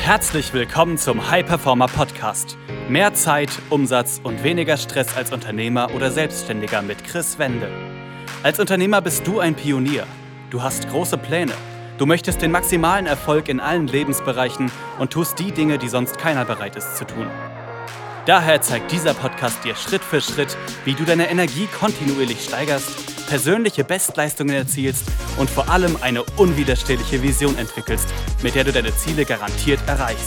Herzlich willkommen zum High Performer Podcast. Mehr Zeit, Umsatz und weniger Stress als Unternehmer oder Selbstständiger mit Chris Wende. Als Unternehmer bist du ein Pionier. Du hast große Pläne. Du möchtest den maximalen Erfolg in allen Lebensbereichen und tust die Dinge, die sonst keiner bereit ist zu tun. Daher zeigt dieser Podcast dir Schritt für Schritt, wie du deine Energie kontinuierlich steigerst, persönliche Bestleistungen erzielst und vor allem eine unwiderstehliche Vision entwickelst, mit der du deine Ziele garantiert erreichst.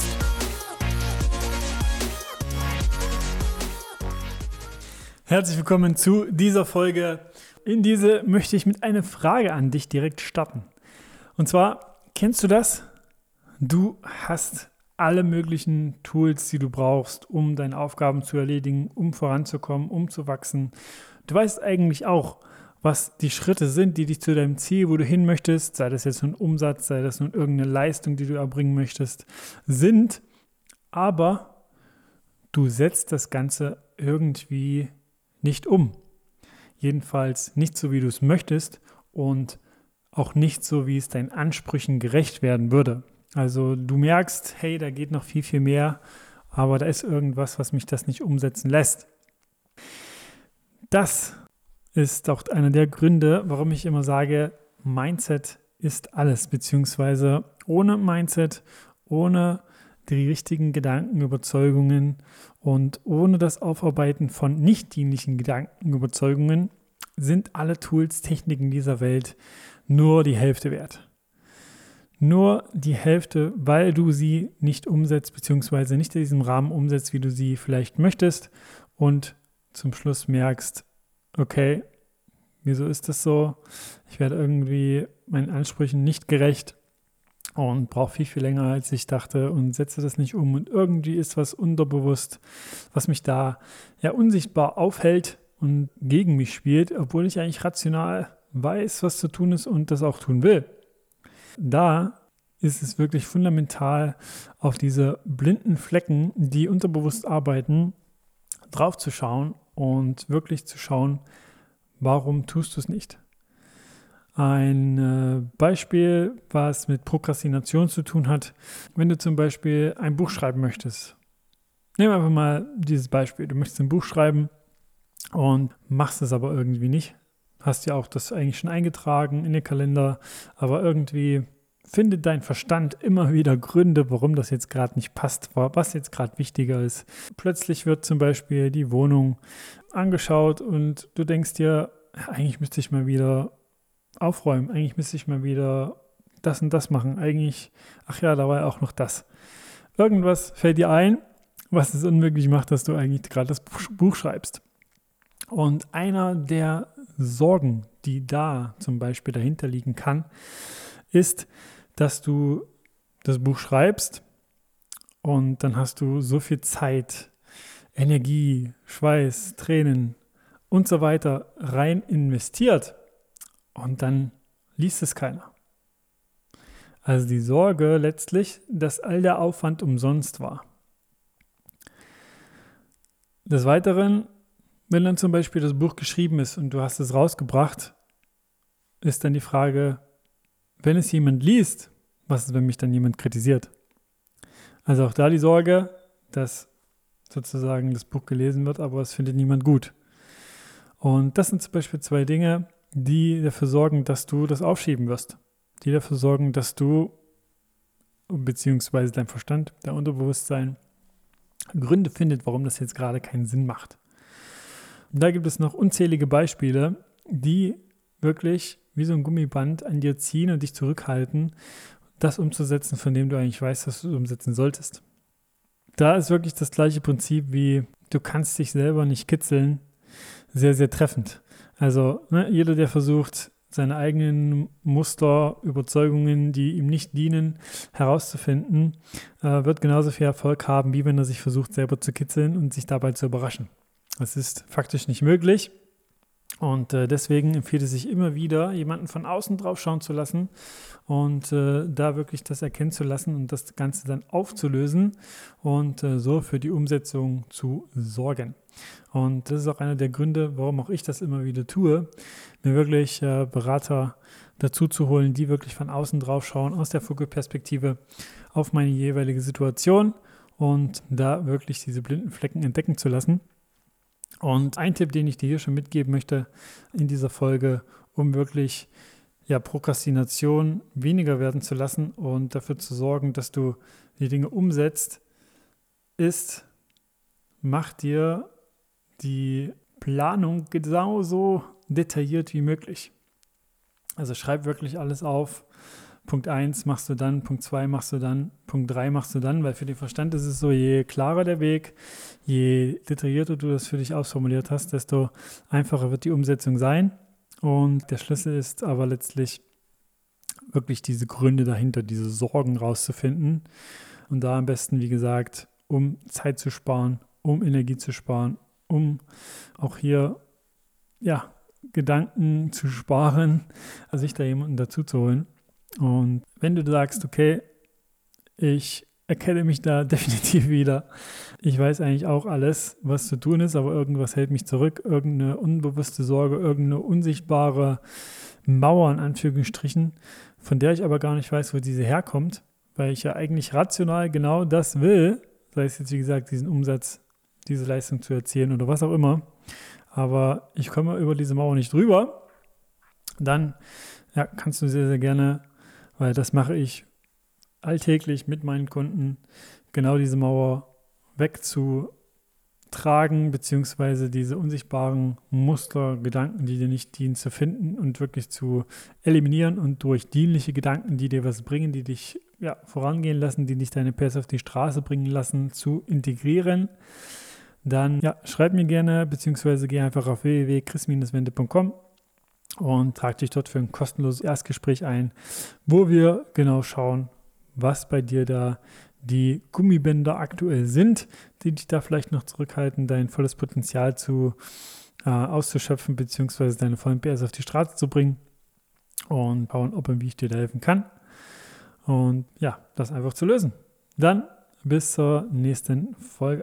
Herzlich willkommen zu dieser Folge. In diese möchte ich mit einer Frage an dich direkt starten. Und zwar, kennst du das? Du hast alle möglichen Tools, die du brauchst, um deine Aufgaben zu erledigen, um voranzukommen, um zu wachsen. Du weißt eigentlich auch, was die Schritte sind, die dich zu deinem Ziel, wo du hin möchtest, sei das jetzt nun Umsatz, sei das nun irgendeine Leistung, die du erbringen möchtest, sind, aber du setzt das Ganze irgendwie nicht um. Jedenfalls nicht so, wie du es möchtest und auch nicht so, wie es deinen Ansprüchen gerecht werden würde. Also du merkst, hey, da geht noch viel, viel mehr, aber da ist irgendwas, was mich das nicht umsetzen lässt. Das ist auch einer der Gründe, warum ich immer sage, Mindset ist alles, beziehungsweise ohne Mindset, ohne die richtigen Gedanken, Überzeugungen und ohne das Aufarbeiten von nicht dienlichen Gedanken, Überzeugungen sind alle Tools, Techniken dieser Welt nur die Hälfte wert. Nur die Hälfte, weil du sie nicht umsetzt, beziehungsweise nicht in diesem Rahmen umsetzt, wie du sie vielleicht möchtest und zum Schluss merkst, okay, wieso ist das so? Ich werde irgendwie meinen Ansprüchen nicht gerecht und brauche viel, viel länger, als ich dachte und setze das nicht um. Und irgendwie ist was unterbewusst, was mich da ja unsichtbar aufhält und gegen mich spielt, obwohl ich eigentlich rational weiß, was zu tun ist und das auch tun will. Da ist es wirklich fundamental, auf diese blinden Flecken, die unterbewusst arbeiten, drauf zu schauen und wirklich zu schauen, warum tust du es nicht? Ein Beispiel, was mit Prokrastination zu tun hat, wenn du zum Beispiel ein Buch schreiben möchtest. Nehmen wir einfach mal dieses Beispiel. Du möchtest ein Buch schreiben und machst es aber irgendwie nicht. Hast ja auch das eigentlich schon eingetragen in den Kalender, aber irgendwie findet dein Verstand immer wieder Gründe, warum das jetzt gerade nicht passt, was jetzt gerade wichtiger ist. Plötzlich wird zum Beispiel die Wohnung angeschaut und du denkst dir, eigentlich müsste ich mal wieder aufräumen, eigentlich müsste ich mal wieder das und das machen, eigentlich, ach ja, da war ja auch noch das. Irgendwas fällt dir ein, was es unmöglich macht, dass du eigentlich gerade das Buch schreibst. Und einer der Sorgen, die da zum Beispiel dahinter liegen kann, ist, dass du das Buch schreibst und dann hast du so viel Zeit, Energie, Schweiß, Tränen und so weiter rein investiert und dann liest es keiner. Also die Sorge letztlich, dass all der Aufwand umsonst war. Des Weiteren, wenn dann zum Beispiel das Buch geschrieben ist und du hast es rausgebracht, ist dann die Frage, wenn es jemand liest, was ist, wenn mich dann jemand kritisiert? Also auch da die Sorge, dass sozusagen das Buch gelesen wird, aber es findet niemand gut. Und das sind zum Beispiel zwei Dinge, die dafür sorgen, dass du das aufschieben wirst. Die dafür sorgen, dass du, beziehungsweise dein Verstand, dein Unterbewusstsein, Gründe findet, warum das jetzt gerade keinen Sinn macht. Und da gibt es noch unzählige Beispiele, die wirklich wie so ein Gummiband an dir ziehen und dich zurückhalten, das umzusetzen, von dem du eigentlich weißt, dass du es umsetzen solltest. Da ist wirklich das gleiche Prinzip wie, du kannst dich selber nicht kitzeln, sehr, sehr treffend. Also jeder, der versucht, seine eigenen Muster, Überzeugungen, die ihm nicht dienen, herauszufinden, wird genauso viel Erfolg haben, wie wenn er sich versucht, selber zu kitzeln und sich dabei zu überraschen. Das ist faktisch nicht möglich. Und deswegen empfiehlt es sich immer wieder, jemanden von außen drauf schauen zu lassen und da wirklich das erkennen zu lassen und das Ganze dann aufzulösen und so für die Umsetzung zu sorgen. Und das ist auch einer der Gründe, warum auch ich das immer wieder tue, mir wirklich Berater dazu zu holen, die wirklich von außen drauf schauen, aus der Vogelperspektive auf meine jeweilige Situation und da wirklich diese blinden Flecken entdecken zu lassen. Und ein Tipp, den ich dir hier schon mitgeben möchte in dieser Folge, um wirklich Prokrastination weniger werden zu lassen und dafür zu sorgen, dass du die Dinge umsetzt, ist, mach dir die Planung genauso detailliert wie möglich. Also schreib wirklich alles auf. Punkt 1 machst du dann, Punkt 2 machst du dann, Punkt 3 machst du dann, weil für den Verstand ist es so, je klarer der Weg, je detaillierter du das für dich ausformuliert hast, desto einfacher wird die Umsetzung sein. Und der Schlüssel ist aber letztlich wirklich diese Gründe dahinter, diese Sorgen rauszufinden. Und da am besten, wie gesagt, um Zeit zu sparen, um Energie zu sparen, um auch hier Gedanken zu sparen, also sich da jemanden dazu zu holen. Und wenn du sagst, okay, ich erkenne mich da definitiv wieder, ich weiß eigentlich auch alles, was zu tun ist, aber irgendwas hält mich zurück, irgendeine unbewusste Sorge, irgendeine unsichtbare Mauer in Anführungsstrichen, von der ich aber gar nicht weiß, wo diese herkommt, weil ich ja eigentlich rational genau das will, sei es jetzt wie gesagt diesen Umsatz, diese Leistung zu erzielen oder was auch immer, aber ich komme über diese Mauer nicht drüber, dann kannst du sehr, sehr gerne, weil das mache ich alltäglich mit meinen Kunden, genau diese Mauer wegzutragen, beziehungsweise diese unsichtbaren Muster, Gedanken, die dir nicht dienen, zu finden und wirklich zu eliminieren und durch dienliche Gedanken, die dir was bringen, die dich vorangehen lassen, die dich deine PS auf die Straße bringen lassen, zu integrieren. Dann schreib mir gerne, beziehungsweise geh einfach auf www.chris-wende.com und trag dich dort für ein kostenloses Erstgespräch ein, wo wir genau schauen, was bei dir da die Gummibänder aktuell sind, die dich da vielleicht noch zurückhalten, dein volles Potenzial auszuschöpfen, beziehungsweise deine vollen PS auf die Straße zu bringen und schauen, ob und wie ich dir da helfen kann. Und das einfach zu lösen. Dann bis zur nächsten Folge.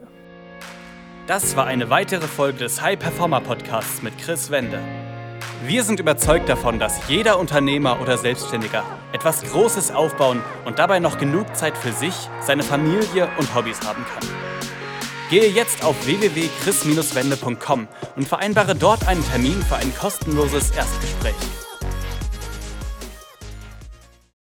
Das war eine weitere Folge des High Performer Podcasts mit Chris Wende. Wir sind überzeugt davon, dass jeder Unternehmer oder Selbstständiger etwas Großes aufbauen und dabei noch genug Zeit für sich, seine Familie und Hobbys haben kann. Gehe jetzt auf www.chris-wende.com und vereinbare dort einen Termin für ein kostenloses Erstgespräch.